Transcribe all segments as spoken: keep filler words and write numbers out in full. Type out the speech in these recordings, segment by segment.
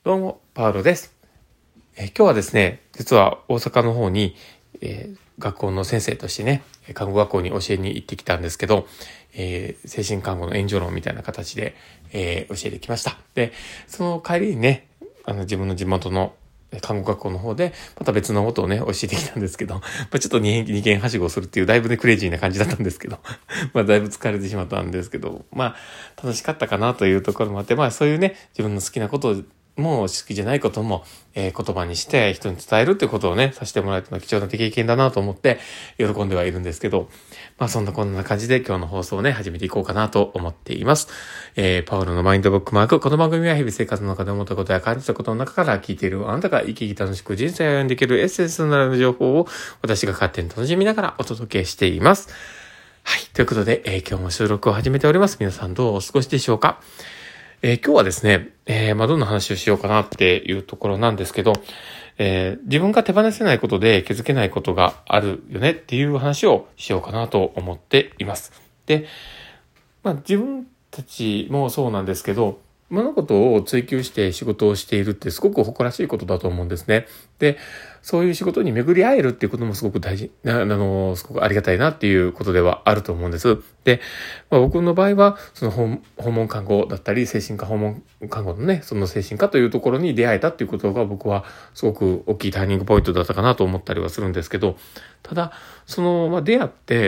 どうも、パウロです。えー今日はですね、実は大阪の方に、えー学校の先生としてね、看護学校に教えに行ってきたんですけど、えー精神看護の援助論みたいな形で、えー教えてきました。で、その帰りにね、あの自分の地元の看護学校の方で、また別のことをね、教えてきたんですけど、まあ、ちょっと二二軒はしごするっていう、だいぶね、クレイジーな感じだったんですけど、まあ、だいぶ疲れてしまったんですけど、まあ、楽しかったかなというところもあって、まあ、そういうね、自分の好きなことをもう好きじゃないことも、えー言葉にして人に伝えるっていうことをね、させてもらえたのは貴重な経験だなと思って喜んではいるんですけど、まあそんなこんな感じで今日の放送をね、始めていこうかなと思っています。えー、パウロのマインドブックマーク。この番組は日々生活の中で思ったことや感じたことの中から聞いているあなたが生き生き楽しく人生を歩んでいけるエッセンスになる情報を私が勝手に楽しみながらお届けしています。はい。ということで、えー今日も収録を始めております。皆さんどうお過ごしでしょうか？えー今日はですね、えーまあ、どんな話をしようかなっていうところなんですけど、えー自分が手放せないことで気づけないことがあるよねっていう話をしようかなと思っています。で、まあ、自分たちもそうなんですけど、物事を追求して仕事をしているってすごく誇らしいことだと思うんですね。で、そういう仕事に巡り合えるっていうこともすごく大事な、あの、すごくありがたいなっていうことではあると思うんです。で、まあ、僕の場合は、その訪訪問看護だったり、精神科訪問看護のね、その精神科というところに出会えたっていうことが僕はすごく大きいターニングポイントだったかなと思ったりはするんですけど、ただ、その、まあ、出会って、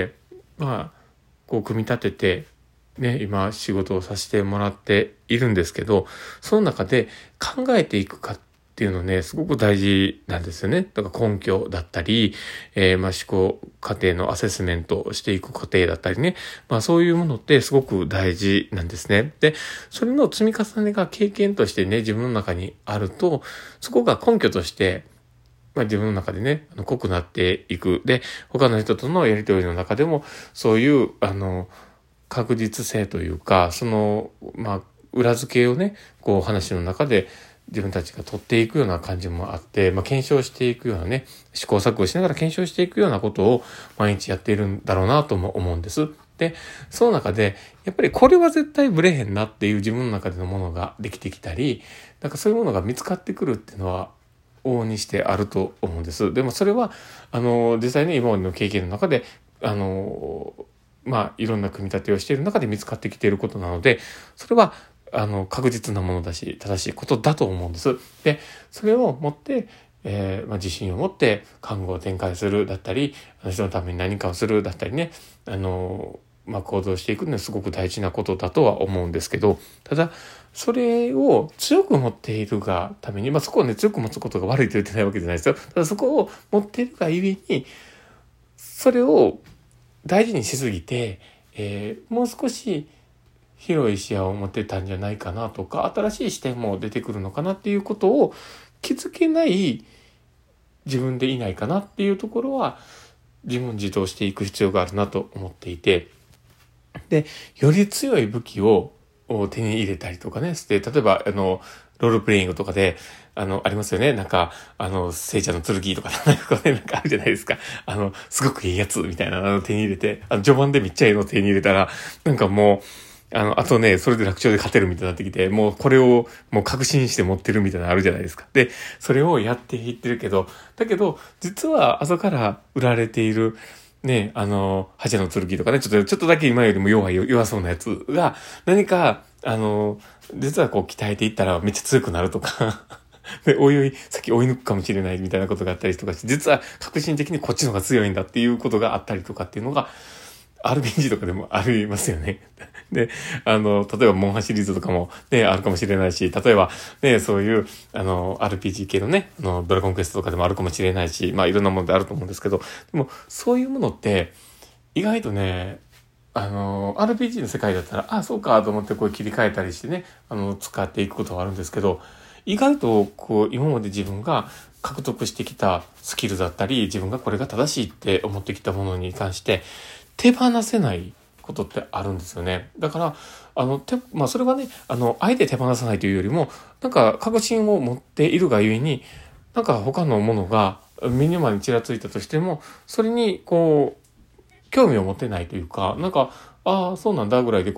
まあ、こう組み立てて、ね、今仕事をさせてもらっているんですけど、その中で考えていくかっていうのね、すごく大事なんですよね。だから根拠だったり、えーまあ思考過程のアセスメントをしていく過程だったりね、まあそういうものってすごく大事なんですね。で、それの積み重ねが経験としてね、自分の中にあると、そこが根拠として、まあ自分の中でね、あの濃くなっていく。で、他の人とのやりとりの中でも、そういう、あの、確実性というか、その、まあ、裏付けをね、こう話の中で自分たちが取っていくような感じもあって、まあ、検証していくようなね、試行錯誤しながら検証していくようなことを毎日やっているんだろうなとも思うんです。で、その中で、やっぱりこれは絶対ブレへんなっていう自分の中でのものができてきたり、なんかそういうものが見つかってくるっていうのは、往々にしてあると思うんです。でもそれは、あの、実際に今までの経験の中で、あの、まあ、いろんな組み立てをしている中で見つかってきていることなので、それは、あの、確実なものだし、正しいことだと思うんです。で、それを持って、えーまあ、自信を持って看護を展開するだったり、あの人のために何かをするだったりね、あの、まあ、行動していくのはすごく大事なことだとは思うんですけど、ただ、それを強く持っているがために、まあ、そこをね、強く持つことが悪いと言ってないわけじゃないですよ。ただ、そこを持っているがゆえに、それを大事にしすぎて、えーもう少し広い視野を持ってたんじゃないかなとか、新しい視点も出てくるのかなっていうことを気づけない自分でいないかなっていうところは自問自答していく必要があるなと思っていて、で、より強い武器をを手に入れたりとかね、して、例えば、あの、ロールプレイングとかで、あの、ありますよね。なんか、あの、聖者の剣とか、なんかね、なんかあるじゃないですか。あの、すごくいいやつみたいなのを手に入れて、あの、序盤でめっちゃいいのを手に入れたら、なんかもう、あの、あとね、それで楽勝で勝てるみたいになってきて、もうこれをもう確信して持ってるみたいなのあるじゃないですか。で、それをやっていってるけど、だけど、実は後から売られている、ね、あの、覇者の剣とかね、ちょっと、ちょっとだけ今よりも弱い、弱そうなやつが、何か、あの、実はこう鍛えていったらめっちゃ強くなるとか、で、おいおい、さっき追い抜くかもしれないみたいなことがあったりとかして、実は革新的にこっちの方が強いんだっていうことがあったりとかっていうのが、アールピージー とかでもありますよね。で、あの、例えばモンハンシリーズとかもね、あるかもしれないし、例えばね、そういう、あの、アールピージー 系のね、あの、ドラゴンクエストとかでもあるかもしれないし、まあいろんなものであると思うんですけど、でも、そういうものって、意外とね、あの、アールピージー の世界だったら、あ、そうかと思ってこう切り替えたりしてね、あの、使っていくことはあるんですけど、意外とこう、今まで自分が獲得してきたスキルだったり、自分がこれが正しいって思ってきたものに関して、手放せないことってあるんですよね。だから、あの、手、まあ、それはね、あの、あえて手放さないというよりも、なんか、確信を持っているがゆえに、なんか他のものが目の前にちらついたとしても、それに、こう、興味を持てないというか、なんか、ああ、そうなんだぐらいで、こう、なん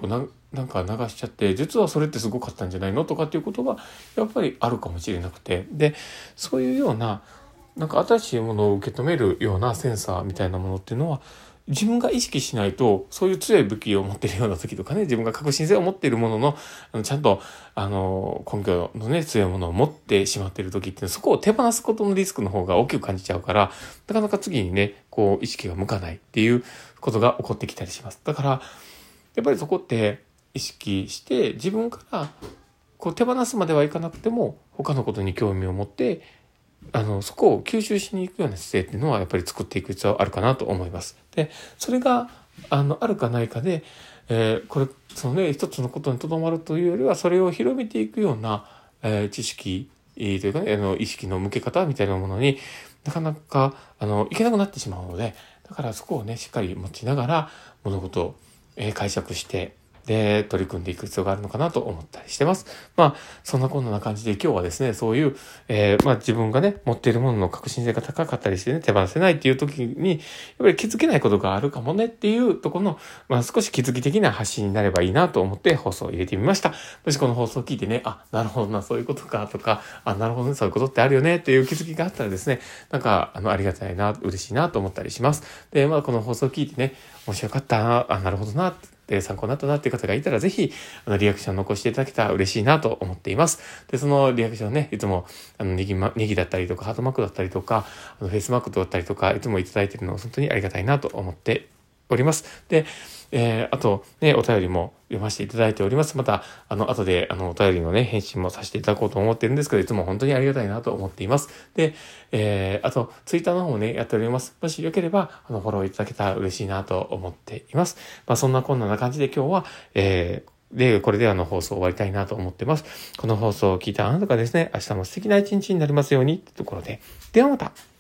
なんか流しちゃって、実はそれってすごかったんじゃないのとかっていうことがやっぱりあるかもしれなくて、でそういうようななんか新しいものを受け止めるようなセンサーみたいなものっていうのは自分が意識しないと、そういう強い武器を持っているような時とかね、自分が確信性を持っているものの、あのちゃんとあの根拠のね強いものを持ってしまっている時っていうのは、そこを手放すことのリスクの方が大きく感じちゃうから、なかなか次にねこう意識が向かないっていうことが起こってきたりします。だからやっぱりそこって意識して自分からこう手放すまではいかなくても他のことに興味を持ってあのそこを吸収しに行くような姿勢っていうのはやっぱり作っていく必要あるかなと思います。でそれがあのあるかないかで、えー、これそのね一つのことにとどまるというよりはそれを広めていくような、えー、知識、えー、というかねあの意識の向け方みたいなものになかなかあのいけなくなってしまうので、だからそこをねしっかり持ちながら物事を、えー、解釈してで取り組んでいく必要があるのかなと思ったりしてます。まあそんなこんな感じで今日はですねそういう、えー、まあ自分がね持っているものの革新性が高かったりしてね手放せないっていう時にやっぱり気づけないことがあるかもねっていうところの、まあ、少し気づき的な発信になればいいなと思って放送を入れてみました。もしこの放送を聞いてねあなるほどなそういうことかとかあなるほどねそういうことってあるよねっていう気づきがあったらですねなんかあのありがたいな嬉しいなと思ったりします。でまあこの放送を聞いてね面白かったなあなるほどなってで参考になったなっていう方がいたらぜひあのリアクション残していただけたら嬉しいなと思っています。でそのリアクションねいつもあのネギ、ま、ネギだったりとかハートマークだったりとかあのフェイスマークだったりとかいつもいただいているのを本当にありがたいなと思っております。で、えー、あとねお便りも読ませていただいております。またあの後であのお便りのね返信もさせていただこうと思ってるんですけどいつも本当にありがたいなと思っています。で、えー、あとツイッターの方もねやっております。もしよければあのフォローいただけたら嬉しいなと思っています。まあそんなこんなな感じで今日は、えー、で、これであの放送を終わりたいなと思ってます。この放送を聞いたあなたがですね、明日も素敵な一日になりますようにってところで、ではまた。